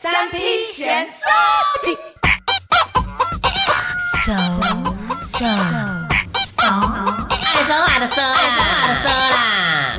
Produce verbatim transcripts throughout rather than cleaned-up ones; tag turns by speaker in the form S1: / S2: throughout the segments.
S1: 三 P 咸酥鸡，
S2: 手手手，
S1: 爱说话的说啦，爱说话的说啦。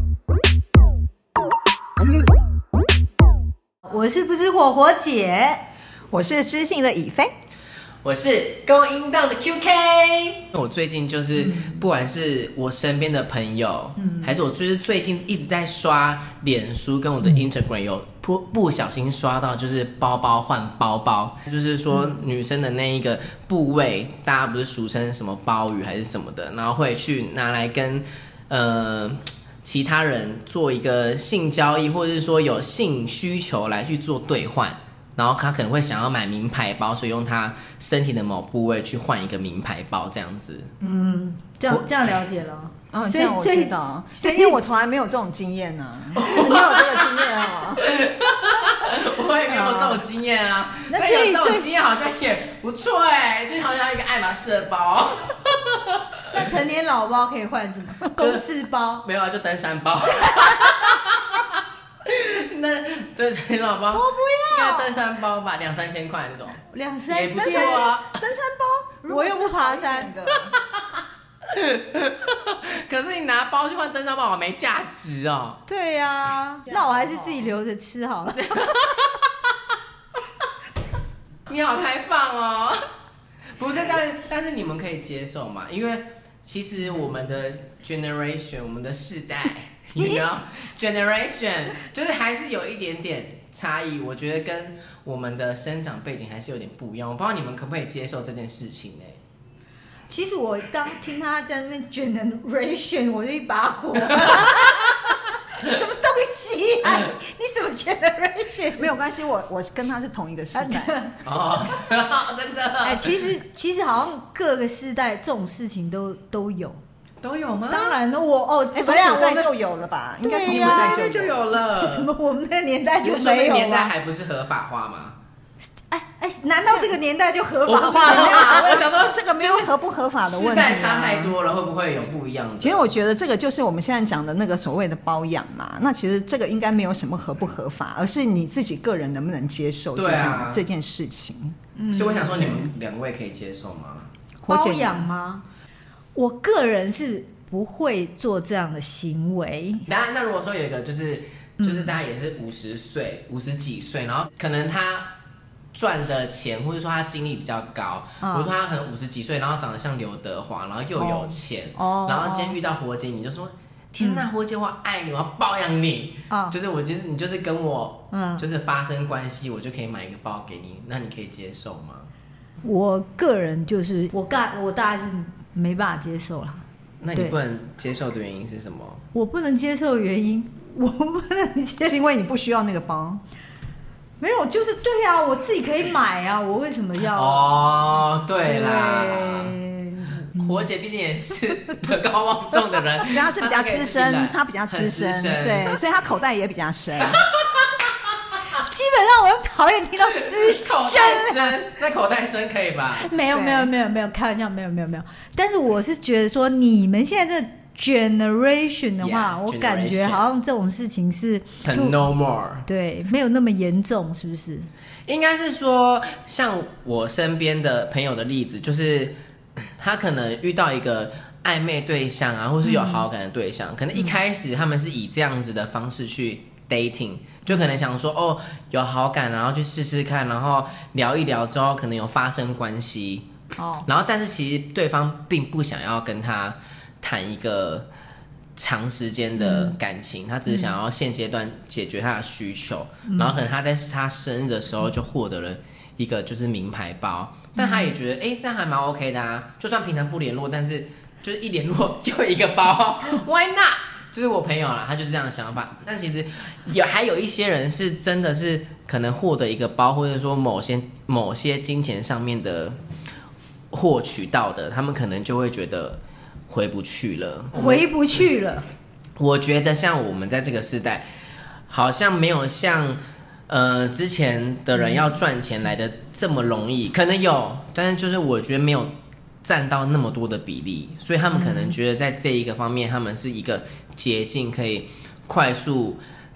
S2: 我是不知火火姐，
S3: 我是知性的以飞，
S4: 我是勾音档的 Q K。我最近就是，不管是我身边的朋友，嗯、还是我就是最近一直在刷脸书跟我的 Instagram 有不不小心刷到，就是包包换包包，就是说女生的那一个部位，大家不是俗称什么包鱼还是什么的，然后会去拿来跟呃。其他人做一个性交易，或者是说有性需求来去做兑换，然后他可能会想要买名牌包，所以用他身体的某部位去换一个名牌包，这样子。
S2: 嗯，这样这样了解了。
S3: 哦，这样我知道，对，因为我从来没有这种经验呢、啊。你有这个经验哦？
S4: 我也没有这种经验啊。
S2: 那
S4: 所以有这种经验好像也不错哎、欸，就好像一个爱马仕的包。
S2: 那成年老包可以换什么？公事包？
S4: 没有啊，就登山包。那对成年老包，
S2: 我不要。
S4: 应该登山包吧，两三千块那种。
S2: 两三千
S4: 也不错啊。
S3: 登山包，
S2: 我又不爬山
S3: 的。
S4: 可是你拿包去换登山包，好没价值哦。
S2: 对呀、啊，那我还是自己留着吃好了。
S4: 你好开放哦。不是，但但是你们可以接受嘛？因为其实我们的 generation， 我们的世代，你知道 generation 就是还是有一点点差异。我觉得跟我们的生长背景还是有点不一样。我不知道你们可不可以接受这件事情呢？
S2: 其实我刚听他在那边 generation， 我就一把火。什么东西啊？你什么 generation？
S3: 没有关系，我我跟他是同一个时代。
S4: 哦，真的。
S2: 哎，其实其实好像各个世代这种事情都都有。
S4: 都有吗？
S2: 当然了，我哦，
S3: 哎，从古代就有了吧？应该从古代
S4: 就有了。
S2: 什么？我们那个年代就没有啊？
S4: 那个年代还不是合法化吗？
S2: 哎哎，难道这个年代就合法化了
S4: 吗？我想说，
S3: 这个没有合不合法的问题、啊。
S4: 时代差太多了，会不会有不一样的？
S3: 其实我觉得这个就是我们现在讲的那个所谓的包养嘛。那其实这个应该没有什么合不合法，而是你自己个人能不能接受这件、啊、这件事情。
S4: 嗯、所以我想说，你们两位可以接受吗？
S2: 包养吗？我个人是不会做这样的行为。
S4: 那那如果说有一个就是就是大家也是五十岁、五十几岁，然后可能他赚的钱，或者说他经历比较高，比如说他可能五十几岁，然后长得像刘德华，然后又有钱，
S2: 哦、
S4: 然后今天遇到火姐，你就说：“天哪，嗯、火姐，我爱你，我要包养你。哦”就是我就是你就是跟我，嗯，就是发生关系，我就可以买一个包给你，那你可以接受吗？
S2: 我个人就是我大我大概是没办法接受啦。
S4: 那你不能接受的原因是什么？
S2: 我不能接受的原因，我不能接受，
S3: 是因为你不需要那个包。
S2: 没有，就是对啊，我自己可以买啊，我为什么要？
S4: 哦，对啦，对火姐毕竟也是德高望重的人，
S3: 他是比较资深，他比较资深，对，所以他口袋也比较深。
S2: 基本上我很讨厌听到资深，
S4: 口袋深，那口袋深可以吧？
S2: 没有没有没有没有，开玩笑，没有没有没有。但是我是觉得说，你们现在这 generation 的话， yeah, 我感觉好像这种事情是
S4: 很 no more，
S2: 对，没有那么严重，是不是？
S4: 应该是说，像我身边的朋友的例子，就是他可能遇到一个暧昧对象啊，或是有好感的对象，嗯、可能一开始他们是以这样子的方式去 dating， 就可能想说哦有好感，然后去试试看，然后聊一聊之后，可能有发生关系，哦，然后但是其实对方并不想要跟他谈一个长时间的感情，嗯、他只是想要现阶段解决他的需求，嗯、然后可能他在他生日的时候就获得了一个就是名牌包，嗯、但他也觉得哎、欸、这样还蛮 OK 的啊，就算平常不联络，但是就是一联络就一个包，Why not？ 就是我朋友啦，他就是这样的想法。但其实有还有一些人是真的是可能获得一个包，或者说某些某些金钱上面的获取到的，他们可能就会觉得回不去了，
S2: 回不去了。
S4: 我觉得像我们在这个时代，好像没有像呃之前的人要赚钱来的这么容易，可能有，但是就是我觉得没有占到那么多的比例，所以他们可能觉得在这一个方面，他们是一个捷径，可以快速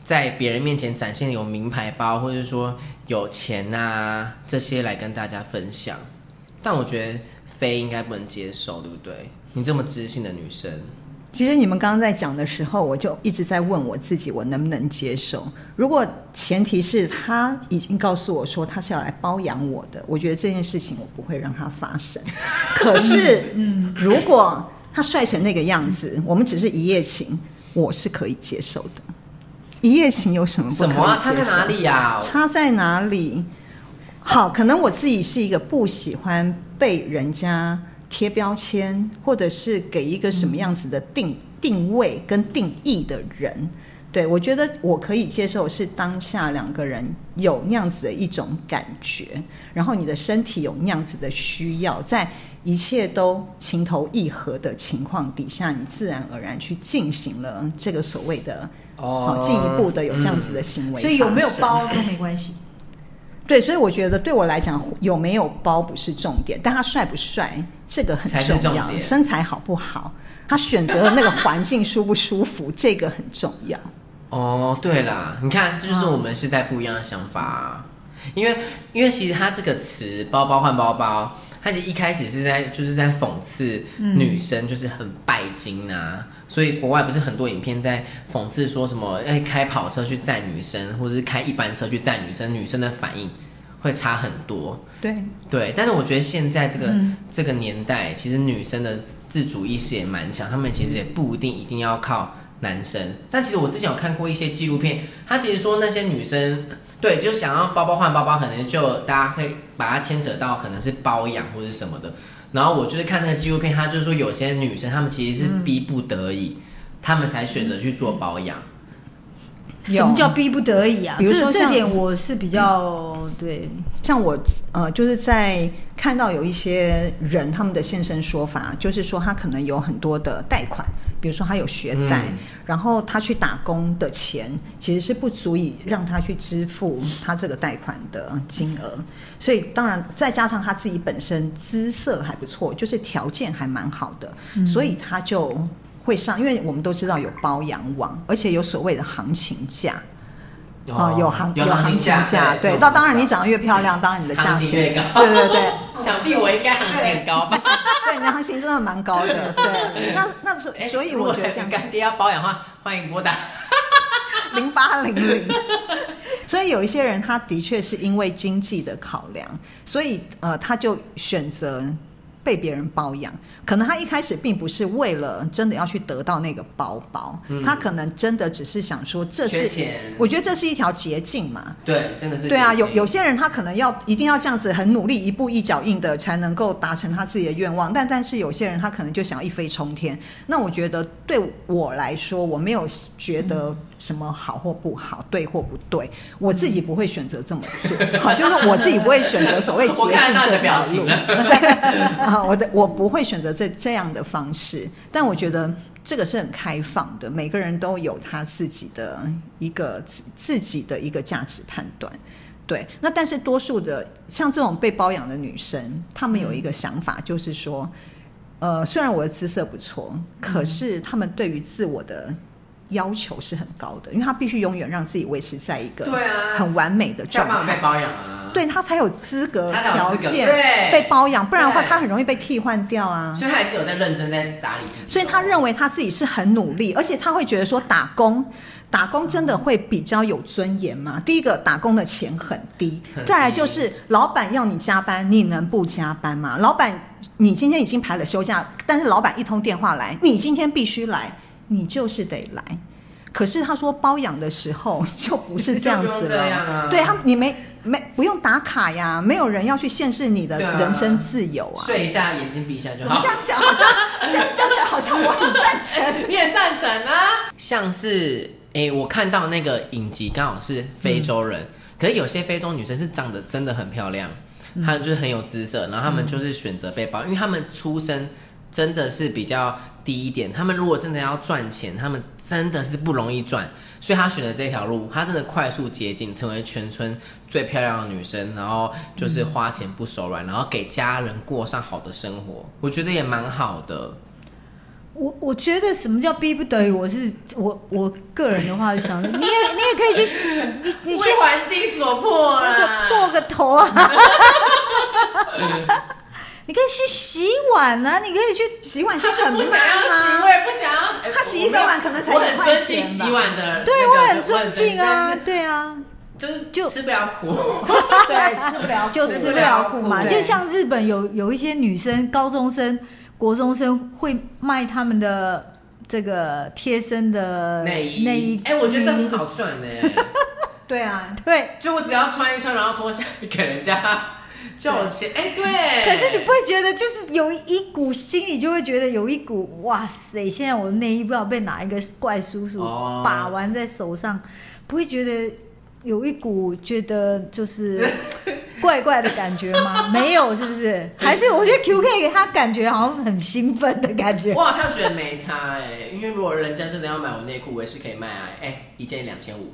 S4: 在别人面前展现有名牌包，或者说有钱啊这些来跟大家分享。但我觉得飞应该不能接受，对不对？你这么知性的女生。
S3: 其实你们刚刚在讲的时候，我就一直在问我自己，我能不能接受？如果前提是他已经告诉我说他是要来包养我的，我觉得这件事情我不会让它发生。可是，嗯，如果他帅成那个样子，我们只是一夜情，我是可以接受的。一夜情有什么不可以接受？
S4: 什么啊？差在哪里呀？
S3: 差在哪里？好，可能我自己是一个不喜欢被人家贴标签，或者是给一个什么样子的定、嗯、定位跟定义的人。对，我觉得我可以接受是当下两个人有那样子的一种感觉，然后你的身体有那样子的需要，在一切都情投意合的情况底下，你自然而然去进行了这个所谓的哦进一步的有这样子的行为、嗯、
S2: 所以有没有包都没关系。
S3: 对，所以我觉得对我来讲，有没有包不是重点，但他帅不帅这个很重要，重身材好不好，他选择的那个环境舒不舒服，这个很重要。
S4: 哦，对啦，你看，这就是我们世代不一样的想法、啊嗯、因为因为其实他这个词“包包换包包”，他一开始是在就是在讽刺女生就是很拜金啊。嗯，所以国外不是很多影片在讽刺说什么，哎，开跑车去载女生，或者是开一般车去载女生，女生的反应会差很多。
S3: 对
S4: 对，但是我觉得现在这个、嗯、这个年代，其实女生的自主意识也蛮强，她们其实也不一定一定要靠男生。但其实我之前有看过一些纪录片，她其实说那些女生，对，就想要包包换包包，可能就大家可以把它牵扯到可能是包养或者什么的。然后我就是看那个纪录片，他就是说有些女生她们其实是逼不得已，她、嗯、们才选择去做保养。
S2: 什么叫逼不得已啊？
S3: 比如说
S2: 这, 这点我是比较、嗯、对，
S3: 像我呃，就是在看到有一些人他们的现身说法，就是说他可能有很多的贷款，比如说他有学贷、嗯，然后他去打工的钱其实是不足以让他去支付他这个贷款的金额，所以当然再加上他自己本身姿色还不错，就是条件还蛮好的、嗯，所以他就会上，因为我们都知道有包养网，而且有所谓的行情价。哦，有行
S4: 有
S3: 行情价，对，那当然你长得越漂亮，当然你的价钱
S4: 越高，
S3: 对对对。
S4: 想必我应该行情很高吧？
S3: 对，你的行情真的蛮高的，对。那那所所以我觉得这样，
S4: 干爹要包养的话，欢迎拨打
S3: 零八零零。所以有一些人，他的确是因为经济的考量，所以呃，他就选择被别人包养，可能他一开始并不是为了真的要去得到那个包包、嗯、他可能真的只是想说这是，我觉得这是一条捷径嘛。
S4: 对，真的是捷径。
S3: 对啊，有有些人他可能要一定要这样子很努力，一步一脚印的才能够达成他自己的愿望，但但是有些人他可能就想要一飞冲天。那我觉得对我来说，我没有觉得什么好或不好，对或不对，我自己不会选择这么做。好，就是我自己不会选择所谓捷径这条路。啊，我的我不会选择这这样的方式，但我觉得这个是很开放的，每个人都有他自己的一个自己的一个价值判断。对，那但是多数的像这种被包养的女生，她们有一个想法，就是说，呃，虽然我的姿色不错，可是她们对于自我的要求是很高的，因为他必须永远让自己维持在一个很完美的状态，
S4: 被包养啊，
S3: 对他才有资格条件被包养，不然的话他很容易被替换掉啊。
S4: 所以他还是有在认真在打理自己，
S3: 所以他认为他自己是很努力，而且他会觉得说打工打工真的会比较有尊严吗？第一个，打工的钱很低，很低，再来就是老板要你加班，你能不加班吗？老板你今天已经排了休假，但是老板一通电话来，你今天必须来，你就是得来。可是他说包养的时候就不是这样子了，
S4: 啊、
S3: 对他你没没不用打卡呀，没有人要去限制你的人身自由啊。
S4: 睡一下眼睛闭一下就好。
S3: 怎么这样讲好像这样讲起来好像我很赞成，
S4: 你也赞成啊？像是哎，我看到那个影集刚好是非洲人、嗯，可是有些非洲女生是长得真的很漂亮，她、嗯、们就是很有姿色，然后她们就是选择被包、嗯，因为她们出身真的是比较低一点，他们如果真的要赚钱，他们真的是不容易赚，所以他选择这条路，他真的快速捷径，成为全村最漂亮的女生，然后就是花钱不手软，然后给家人过上好的生活，我觉得也蛮好的。
S2: 我我觉得什么叫逼不得已，我是我我个人的话就想，你也你也可以去洗，你你去
S4: 为环境所迫啦，
S2: 破个头啊！你可以去洗碗啊，你可以去
S3: 洗碗就很
S4: 不想要洗，我也不想要。
S3: 他洗一个碗可能才
S4: 我很
S3: 一块
S4: 尊敬
S3: 钱吧
S4: 洗碗的人，
S2: 对、
S4: 那个
S2: 我很尊敬啊，对啊，
S4: 就是
S2: 就
S4: 吃不了苦，
S3: 对，吃不了
S2: 就吃不了苦嘛。
S3: 对
S2: 就像日本有有一些女生、高中生、国中生会卖他们的这个贴身的
S4: 内衣
S2: 内衣，
S4: 哎、欸，我觉得这很好赚呢。
S3: 对啊，
S2: 对。
S4: 就我只要穿一穿，然后脱下去给人家就有钱，哎、欸，对。
S2: 可是你不会觉得，就是有一股心里就会觉得有一股哇塞，现在我的内衣不知道被哪一个怪叔叔把玩在手上，哦、不会觉得有一股觉得就是怪怪的感觉吗？没有，是不是？还是我觉得 Q K 给他感觉好像很兴奋的感觉。
S4: 我好像觉得没差哎、欸，因为如果人家真的要买我内裤，我也是可以卖啊，哎、欸，一件两千五。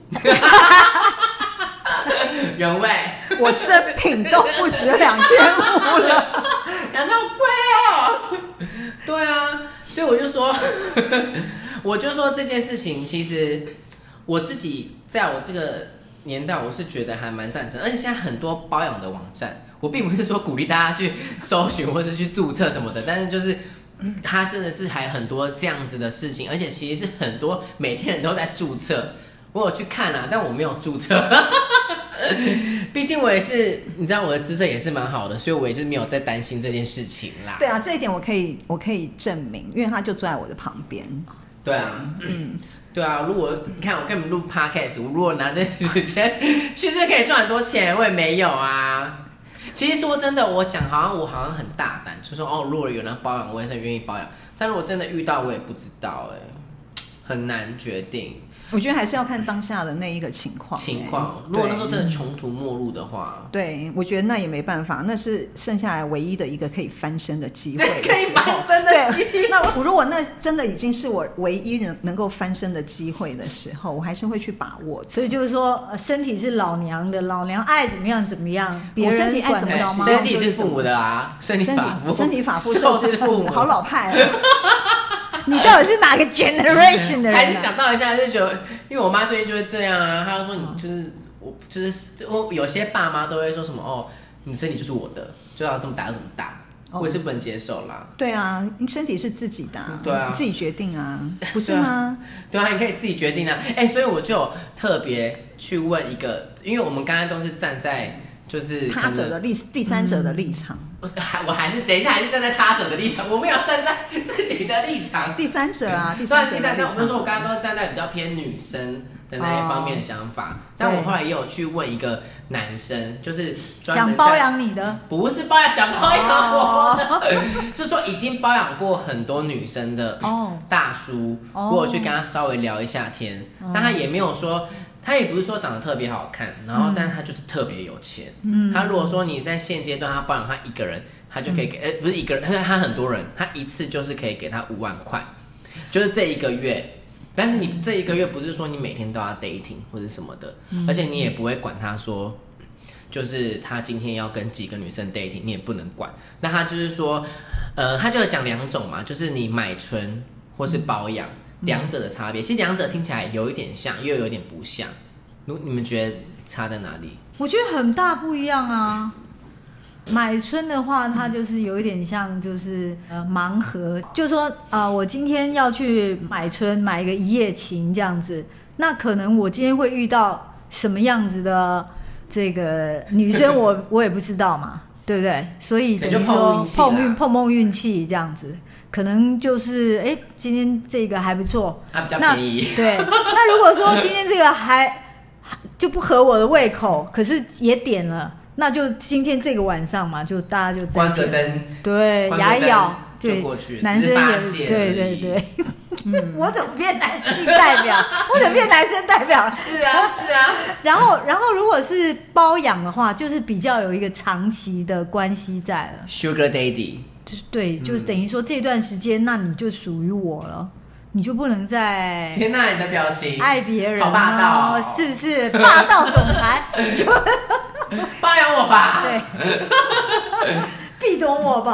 S4: 原味，
S3: 我真品都不止两千五了，
S4: 难道贵哦？对啊，所以我就说，我就说这件事情，其实我自己在我这个年代，我是觉得还蛮赞成，而且现在很多保养的网站，我并不是说鼓励大家去搜寻或者去注册什么的，但是就是它真的是还很多这样子的事情，而且其实是很多每天人都在注册。我有去看啊，但我没有注册，毕竟我也是，你知道我的姿色也是蛮好的，所以我也是没有在担心这件事情啦。
S3: 对啊，这一点我可以我可以证明，因为他就坐在我的旁边。
S4: 对啊，嗯，对啊，如果你看我跟你们录 podcast， 我如果拿这时间去是可以赚很多钱，我也没有啊。其实说真的，我讲好像我好像很大胆，就说哦，如果有人包养，我也是很愿意包养。但如果真的遇到，我也不知道哎、欸，很难决定。
S3: 我觉得还是要看当下的那一个情况、欸。
S4: 情况，如果那时候真的穷途末路的话，
S3: 对，我觉得那也没办法，那是剩下来唯一的一个可以翻身的机会的时候。
S4: 可以翻身的机会。
S3: 对，那如果那真的已经是我唯一能能够翻身的机会的时候，我还是会去把握。
S2: 所以就是说，身体是老娘的，老娘爱怎么样怎么样，别人
S3: 身体爱怎么样吗？
S4: 身体是父母的啊，身体法父，
S3: 身体法父受之父母，好老派啊！
S2: 你到底是哪个 generation 的人、啊？
S4: 还是想到一下，就觉得，因为我妈最近就会这样啊，她就说你就是我，就是我有些爸妈都会说什么哦，你身体就是我的，就要这么大就这么大，哦、我也是不能接受啦。
S3: 对啊，你身体是自己的、啊，
S4: 对啊，
S3: 自己决定啊，不是吗？
S4: 对啊，你可以自己决定啊。哎、欸，所以我就特别去问一个，因为我们刚刚都是站在就是
S3: 他者的立第三者的立场。
S4: 嗯我还是等一下，还是站在他者的立场，我没有站在自己的立场。
S3: 第三者啊，第三者的立场。
S4: 对，第三者，我就说我刚刚都是站在比较偏女生的那一方面的想法，哦、但我后来也有去问一个男生，就是专门
S2: 想包养你的，
S4: 不是包养，想包养我，哦、是说已经包养过很多女生的大叔，哦、我有去跟他稍微聊一下天，哦、但他也没有说。他也不是说长得特别好看，然后，但是他就是特别有钱。嗯，他如果说你在现阶段他包养他一个人，他就可以给，呃、嗯，不是一个人，他很多人，他一次就是可以给他五万块，就是这一个月。但是你这一个月不是说你每天都要 dating 或者什么的，嗯、而且你也不会管他说，就是他今天要跟几个女生 dating， 你也不能管。那他就是说，呃，他就有讲两种嘛，就是你买春或是包养。嗯两者的差别，其实两者听起来有一点像，又有点不像。你们觉得差在哪里？
S2: 我觉得很大不一样啊。买春的话，它就是有一点像，就是呃盲盒，就说啊、呃，我今天要去买春，买一个一夜情这样子，那可能我今天会遇到什么样子的这个女生我，我我也不知道嘛，对不对？所以等于说碰运碰碰运气这样子。可能就是哎，今天这个还不错，
S4: 它、啊、比较便宜。
S2: 对，那如果说今天这个还就不合我的胃口，可是也点了，那就今天这个晚上嘛，就大家就
S4: 关着灯，
S2: 对，牙一咬
S4: 就过去，
S2: 男生也对对对。嗯、我怎么变男性代表？我怎么变男生代表？
S4: 是啊，是啊。
S2: 然后，然后如果是包养的话，就是比较有一个长期的关系在了。
S4: Sugar Daddy。
S2: 就对，就等于说这段时间，嗯、那你就属于我了，你就不能再
S4: 天哪，你的表情
S2: 爱别人，
S4: 好霸道、哦，
S2: 是不是霸道总裁？
S4: 包养我吧，
S2: 对，壁咚我吧，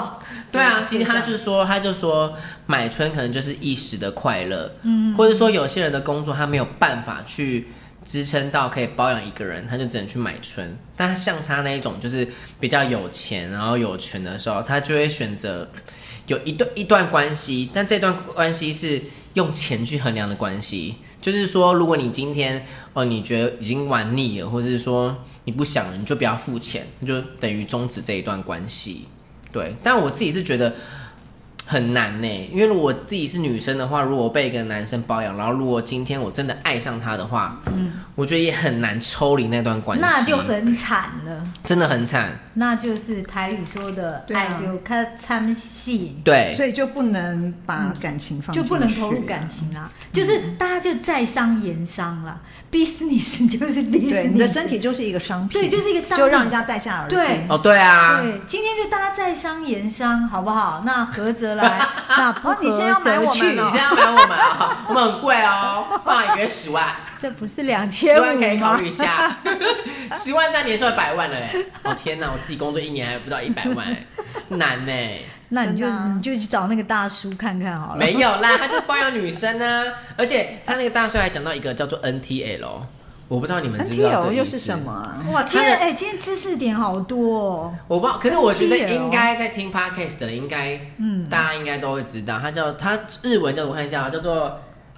S4: 对啊，其实他就说，他就说买春可能就是一时的快乐，嗯，或者说有些人的工作他没有办法去支撑到可以包养一个人，他就只能去买春。但像他那一种就是比较有钱然后有权的时候，他就会选择有一段一段关系，但这段关系是用钱去衡量的关系，就是说如果你今天哦你觉得已经玩腻了，或者是说你不想了，你就不要付钱，你就等于终止这一段关系。对，但我自己是觉得很难呢，因为如果我自己是女生的话，如果我被一个男生包养，然后如果今天我真的爱上他的话，嗯，我觉得也很难抽离那段关系，
S2: 那就很惨了，
S4: 真的很惨。
S2: 那就是台语说的爱就看参戏，
S4: 对，
S3: 所以就不能把感情放进去、啊嗯，
S2: 就不能投入感情啦，就是大家就在商言商啦、嗯、，business 就是 business，
S3: 对，你的身体就是一个商品，
S2: 对，就是一个商品，
S3: 就让人家待价而沽。
S2: 对，
S4: 哦，对啊，
S2: 对，今天就大家在商言商，好不好？那合则来，那不合则去。
S3: 你先要买我们哦，
S4: 你先要买我们啊，我们很贵哦，包养一个月十万。
S2: 这不是两千五吗？
S4: 十万可以考虑一下，十万在年收百万了哎！哦天哪，我自己工作一年还不到一百万哎，难呢。
S2: 那你就、啊、你就去找那个大叔看看好了。
S4: 没有啦，他就是包养女生啊，而且他那个大叔还讲到一个叫做 N T L， 我不知道你们知不知道这个
S3: N T L 又是什么啊？
S2: 哇，天啊，哎、欸，今天知识点好多哦。
S4: 我不知道，可是我觉得应该在听 podcast 的人应该，嗯，大家应该都会知道，他叫他日文叫我看一下，叫做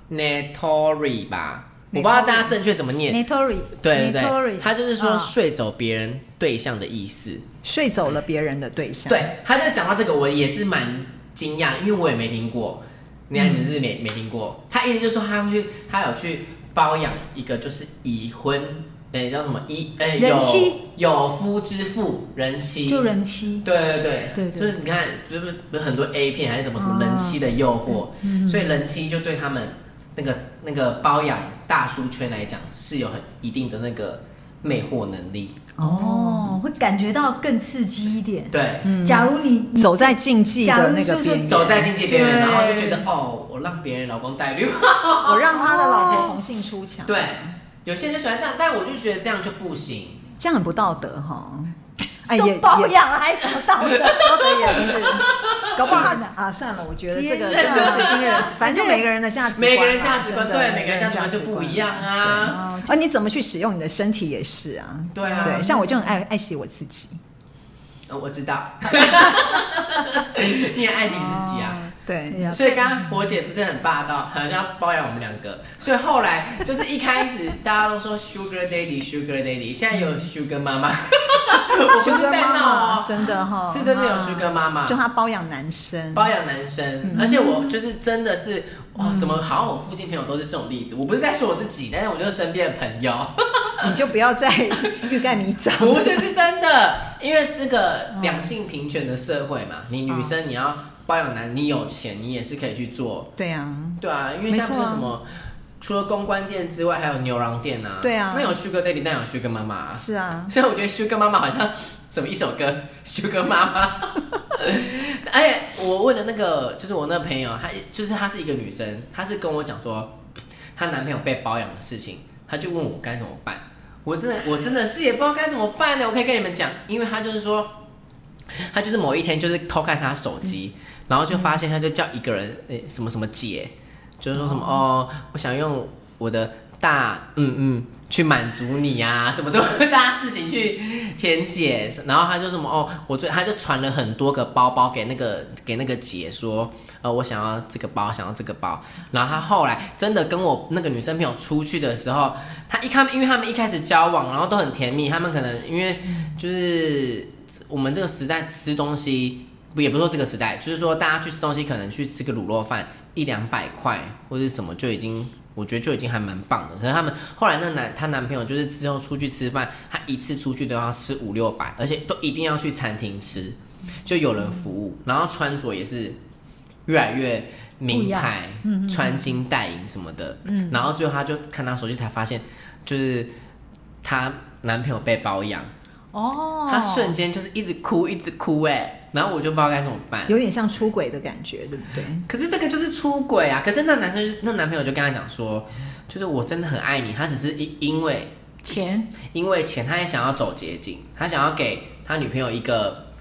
S4: Netori 吧。我不知道大家正确怎么念
S2: Netori，
S4: 对对对，他就是说睡走别人对象的意思，
S3: 睡走了别人的对象。
S4: 对，他就讲到这个，我也是蛮惊讶的，因为我也没听过。你看你们是不是没没听过？他意思就是说他会去，他有去包养一个就是已婚，诶、欸、叫什么已诶、欸、
S2: 人妻，
S4: 有夫之妇人妻，
S2: 就人妻。
S4: 对对对，
S2: 对对，
S4: 就是你看，就是有很多 A 片还是什么什么人妻的诱惑、嗯，所以人妻就对他们。那个那个包养大叔圈来讲是有很一定的那个魅惑能力
S2: 哦，会感觉到更刺激一点。
S4: 对，
S2: 嗯、假如你
S3: 走在禁忌的那个边缘，
S4: 走在禁忌边缘，然后就觉得哦，我让别人老公带绿，
S3: 我让他的老婆红杏出墙。
S4: 对，有些人就喜欢这样，但我就觉得这样就不行，
S3: 这样很不道德哈。
S2: 哎，也包养了还什么道德？说
S3: 的也是，搞不好啊，算了，我觉得这个真的是因人，反正就每个人的价值观，
S4: 每个人价值观对，每个人价值观就不一样啊。
S3: 而你怎么去使用你的身体也是啊。
S4: 对啊，
S3: 对，像我就很爱爱惜我自己。
S4: 哦，我知道，你也爱惜你自己啊。
S3: 对，
S4: 所以刚刚我姐不是很霸道，好像要包养我们两个，所以后来就是一开始大家都说 Sugar Daddy Sugar Daddy， 现在有 Sugar 妈妈，我不是在闹哦，
S3: 真的哈、哦，
S4: 是真的有 Sugar 妈妈，
S3: 就他包养男生，
S4: 包养男生，嗯、而且我就是真的是哇，怎么好像我附近朋友都是这种例子，我不是在说我自己，但是我就是身边的朋友，
S3: 你就不要再欲盖弥彰，
S4: 不是是真的，因为这个两性平权的社会嘛，你女生你要。包养男，你有钱，你也是可以去做。
S3: 对啊，
S4: 对啊，因为像说什么，除了公关店之外，还有牛郎店啊。
S3: 对啊，
S4: 那有 Sugar Daddy， 那有 Sugar 妈妈、啊。
S3: 是啊，
S4: 所以我觉得 Sugar 妈妈好像什么一首歌 ，Sugar 妈妈。而且我问的那个，就是我那个朋友，她就是她是一个女生，她是跟我讲说，她男朋友被包养的事情，她就问我该怎么办。我真的，我真的是也不知道该怎么办呢。我可以跟你们讲，因为她就是说，她就是某一天就是偷看她手机。嗯，然后就发现他就叫一个人诶、欸、什么什么姐，就是说什么 哦, 哦，我想用我的大嗯嗯去满足你啊什么什么，大家自行去填解。然后他就什么哦，我最他就传了很多个包包给那个给那个姐说，呃，我想要这个包，想要这个包。然后他后来真的跟我那个女生朋友出去的时候，他一看，因为他们一开始交往，然后都很甜蜜，他们可能因为就是我们这个时代吃东西。也不是说这个时代，就是说大家去吃东西，可能去吃个卤肉饭一两百块或者什么就已经，我觉得就已经还蛮棒的。可是他们后来那男她男朋友就是之后出去吃饭，他一次出去都要吃五六百，而且都一定要去餐厅吃，就有人服务，然后穿着也是越来越名牌，嗯、穿金戴银什么的。嗯、然后最后他就看他手机才发现，就是她男朋友被包养。哦，他瞬间就是一直哭，一直哭哎、欸，然后我就不知道该怎么办，
S3: 有点像出轨的感觉，对不对？
S4: 可是这个就是出轨啊！可是那男生，那男朋友就跟他讲说，就是我真的很爱你，他只是因为
S2: 钱，
S4: 因为钱，他也想要走捷径，他想要给他女朋友一个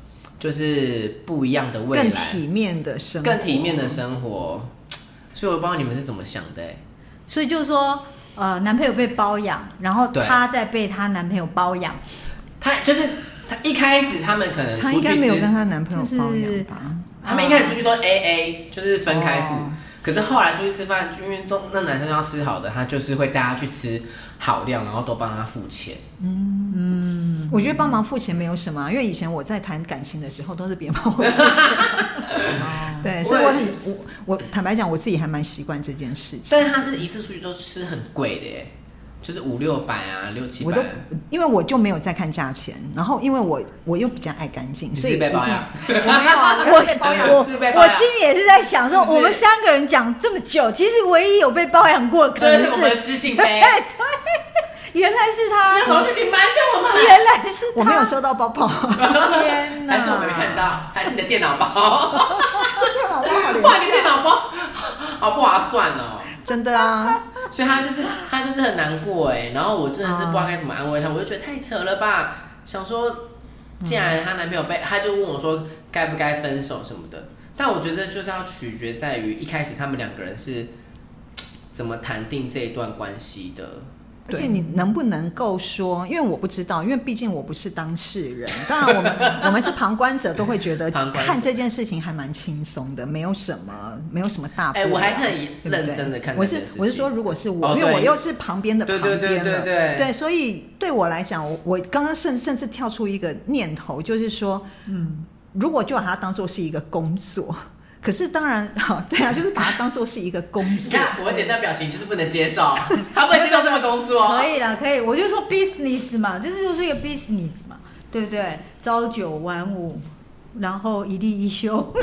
S4: 就是不一样的未来，
S3: 更体面的生活，
S4: 更体面的生活。所以我不知道你们是怎么想的、欸、
S2: 所以就是说，呃，男朋友被包养，然后她再被她男朋友包养。
S4: 她就是她一开始他们可能出去吃，
S3: 她应该没有跟她男朋友包养吧？
S2: 就是
S4: 他们一开始出去都 A A， 就是分开付。
S2: 哦
S4: 可是后来出去吃饭，因为都那男生要吃好的，他就是会带他去吃好料，然后都帮他付钱。
S3: 嗯嗯，我觉得帮忙付钱没有什么、啊，因为以前我在谈感情的时候都是别人帮我付钱。对，所以我很我我坦白讲，我自己还蛮习惯这件事情。
S4: 但是他是一次出去都吃很贵的耶，就是五六百啊，六七百。
S3: 我都因为我就没有在看价钱，然后因为我我又比较爱干净，所以
S4: 你是被包养？
S3: 我没有啊，
S2: 我我
S4: 是被包养
S2: 我心里也是在想说，
S4: 是不是
S2: 我们三个人讲这么久，其实唯一有被包养过的可能
S4: 就是我们的知性杯。
S2: 对对，原来是他，
S4: 那什么事情瞒着我们？
S2: 原来是他，
S3: 我没有收到包包。
S2: 天哪！
S4: 还是我们没看到？还是你的电脑包？
S3: 电脑包好廉
S4: 哇，你
S3: 价
S4: 电脑包好不划算哦。
S3: 真的啊，
S4: 所以他就是他就是很难过哎，然后我真的是不知道该怎么安慰他，我就觉得太扯了吧，想说既然她男朋友被，他就问我说该不该分手什么的，但我觉得就是要取决在于一开始他们两个人是怎么谈定这一段关系的。
S3: 而且你能不能够说，因为我不知道，因为毕竟我不是当事人。当然，我们我们是旁观者，都会觉得看这件事情还蛮轻松的，没有什么没有什么大不了。
S4: 哎、欸，我还是很认真的看这件事情。
S3: 我是我是说，如果是我，
S4: 哦、
S3: 因为我又是旁边的旁边了，
S4: 对对对对对
S3: 对，所以对我来讲，我我刚刚甚甚至跳出一个念头，就是说，嗯，如果就把它当做是一个工作。可是当然，对啊，就是把它当做是一个工作。
S4: 你看我简单表情就是不能接受，他不能接受这么工作。
S2: 可以啦，可以，我就说 business 嘛，这就是一个 business 嘛，对不对？朝九晚五，然后一例一休。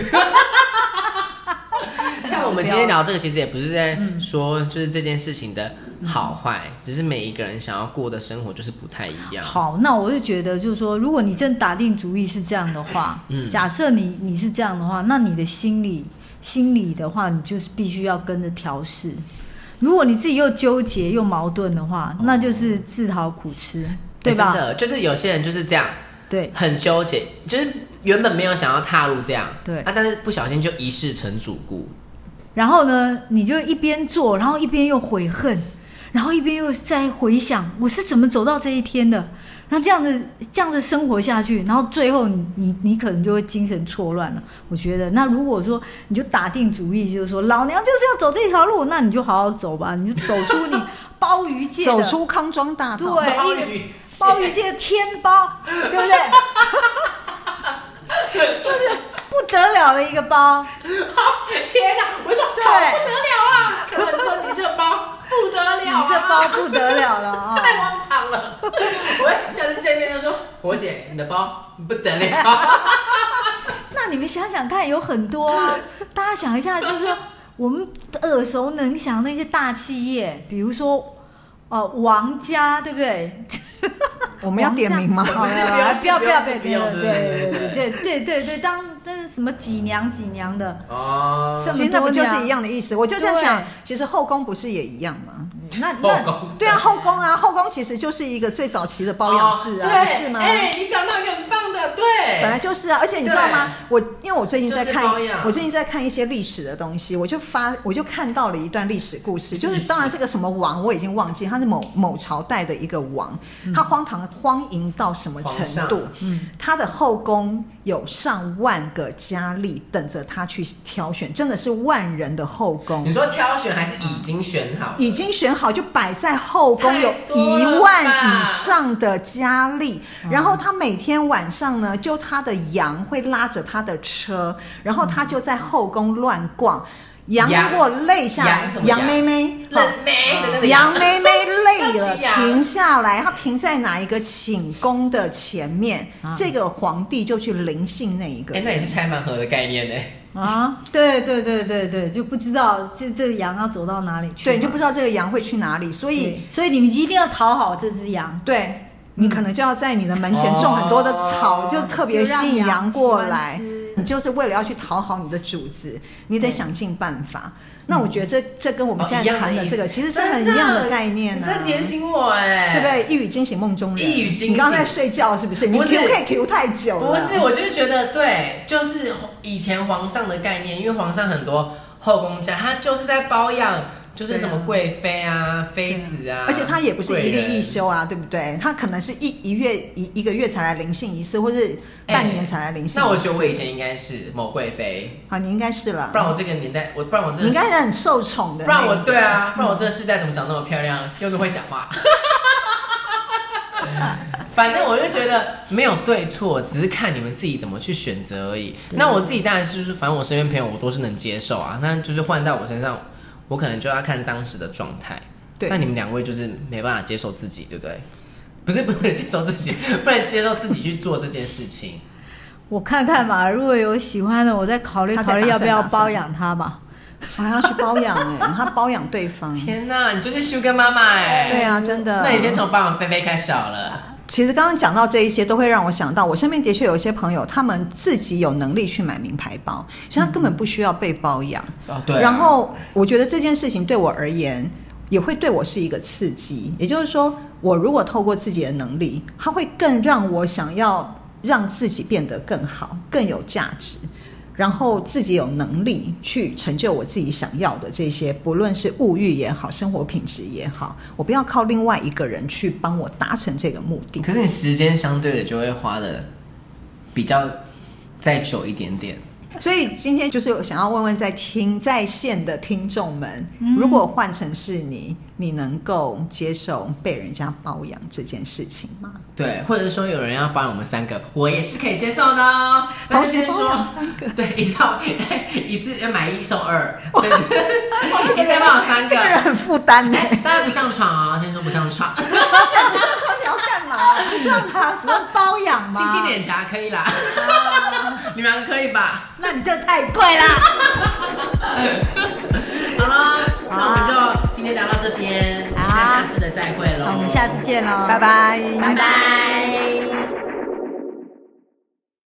S4: 像我们今天聊这个，其实也不是在说就是这件事情的好坏，嗯、只是每一个人想要过的生活就是不太一样。
S2: 好，那我就觉得就是说，如果你真打定主意是这样的话，嗯、假设你你是这样的话，那你的心理心理的话，你就是必须要跟着调试。如果你自己又纠结又矛盾的话，哦、那就是自讨苦吃，对吧？
S4: 欸、真的，就是有些人就是这样，
S2: 对，
S4: 很纠结，就是原本没有想要踏入这样，
S2: 对
S4: 啊，但是不小心就一世成主顾。
S2: 然后呢，你就一边做，然后一边又悔恨，然后一边又在回想我是怎么走到这一天的，然后这样子这样子生活下去，然后最后你你你可能就会精神错乱了。我觉得，那如果说你就打定主意，就是说老娘就是要走这条路，那你就好好走吧，你就走出你鲍鱼界的，
S3: 走出康庄大道，
S2: 对，
S4: 鲍鱼
S2: 鲍鱼界的天包，对不对？就是不得了的一个包。
S4: 天哪！我说
S2: 对，
S4: 好不得了啊！可能说你这包不得了、啊，
S2: 你这包不得了了啊！
S4: 太荒唐了！我下次见面就说：“我姐，你的包不得了。”
S2: 那你们想想看，有很多啊，大家想一下，就是说我们耳熟能详那些大企业，比如说呃王家，对不对？
S3: 我们要点名吗？
S2: 好了，不要不要不要不要，对对对对对对对，当真是什么几娘几娘的哦，
S3: 其实那不就是一样的意思？我就在想，其实后宫不是也一样吗？那那对啊，后宫啊，后宫其实就是一个最早期的包养制啊，
S4: 对，
S3: 是吗？
S4: 哎，你讲到一个很棒的，对，
S3: 本来就是啊，而且你知道吗？我因为我最近在看，
S4: 就是、
S3: 我最近在看一些历史的东西，我就发我就看到了一段历史故事，就是当然这个什么王我已经忘记，他是某某朝代的一个王，他荒唐荒淫到什么程度？嗯，他的后宫有上万个佳丽等着他去挑选，真的是万人的后宫。
S4: 你说挑选还是已经选好？
S3: 已经选好，就摆在后宫有一万以上的佳丽，然后他每天晚上呢，就他的羊会拉着他的车，然后他就在后宫乱逛。羊如果累下来，羊妹妹，羊妹妹累了停下来，她停在哪一个寝宫的前面，啊、这个皇帝就去临幸那一个。
S4: 哎、欸，那也是拆盲盒的概念呢。
S2: 啊，对对对对对，就不知道这这个羊要走到哪里去，
S3: 对，你就不知道这个羊会去哪里，所以
S2: 所以你们一定要讨好这只羊，
S3: 对。你可能就要在你的门前种很多的草，嗯、就特别吸引羊过来。 你就是为了要去讨好你的主子，你得想尽办法。那我觉得这这跟我们现在谈的这个其实是很一样的概念
S4: 呢、啊。你在点醒我
S3: 哎，对不对？一语惊醒梦中人。
S4: 一语惊醒。
S3: 你刚刚在睡觉是不是？你 Q 可以 Q 太久了。
S4: 不是，我就是觉得对，就是以前皇上的概念，因为皇上很多后宫家，他就是在包养。就是什么贵妃啊、妃子啊，
S3: 而且他也不是一例一休啊，对不对？他可能是一一月一一个月才来临幸一次，或是半年才来临幸一次。
S4: 那我觉得我以前应该是某贵妃，
S3: 好，你应该是了。
S4: 不然我这个年代，我不然我这
S3: 你应该是很受宠的。
S4: 不然我对啊，不然我这个世代怎么长那么漂亮，又那么会讲话？反正我就觉得没有对错，只是看你们自己怎么去选择而已。那我自己当然是，反正我身边朋友我都是能接受啊，那就是换到我身上。我可能就要看当时的状态，那你们两位就是没办法接受自己，对不对？不是不能接受自己，不能接受自己去做这件事情。
S2: 我看看吧，如果有喜欢的，我再考虑考虑要不要包养他吧。
S3: 还要去包养哎、欸，他包养对方。
S4: 天哪，你就是 Sugar 妈妈哎！
S3: 对啊，真的。
S4: 那你先从包养菲菲开始好了。
S3: 其实刚刚讲到这一些，都会让我想到，我身边的确有一些朋友，他们自己有能力去买名牌包，所以他根本不需要被包养。
S4: 嗯哦、对、啊。
S3: 然后我觉得这件事情对我而言，也会对我是一个刺激。也就是说，我如果透过自己的能力，它会更让我想要让自己变得更好、更有价值。然后自己有能力去成就我自己想要的这些，不论是物欲也好，生活品质也好，我不要靠另外一个人去帮我达成这个目的。
S4: 可是你时间相对的就会花的比较再久一点点。
S3: 所以今天就是想要问问在听在线的听众们，嗯、如果换成是你，你能够接受被人家包养这件事情吗？
S4: 对，或者说有人要包养我们三个，我也是可以接受的哦。
S3: 同时包养三个，
S4: 对，一次一次要买一送二，所以一次包养三个，
S3: 这个人很负担呢。
S4: 当然不上床啊，先说不上床。
S3: 不上床你要干嘛？
S2: 不上床是包养吗？
S4: 亲亲脸颊可以啦，你们两个可以吧？
S2: 那你这太贵啦。
S4: 好了，那我们就今天聊到这边，期待下次的再会喽。
S2: 我们下次见喽，
S3: 拜拜，
S2: 拜拜。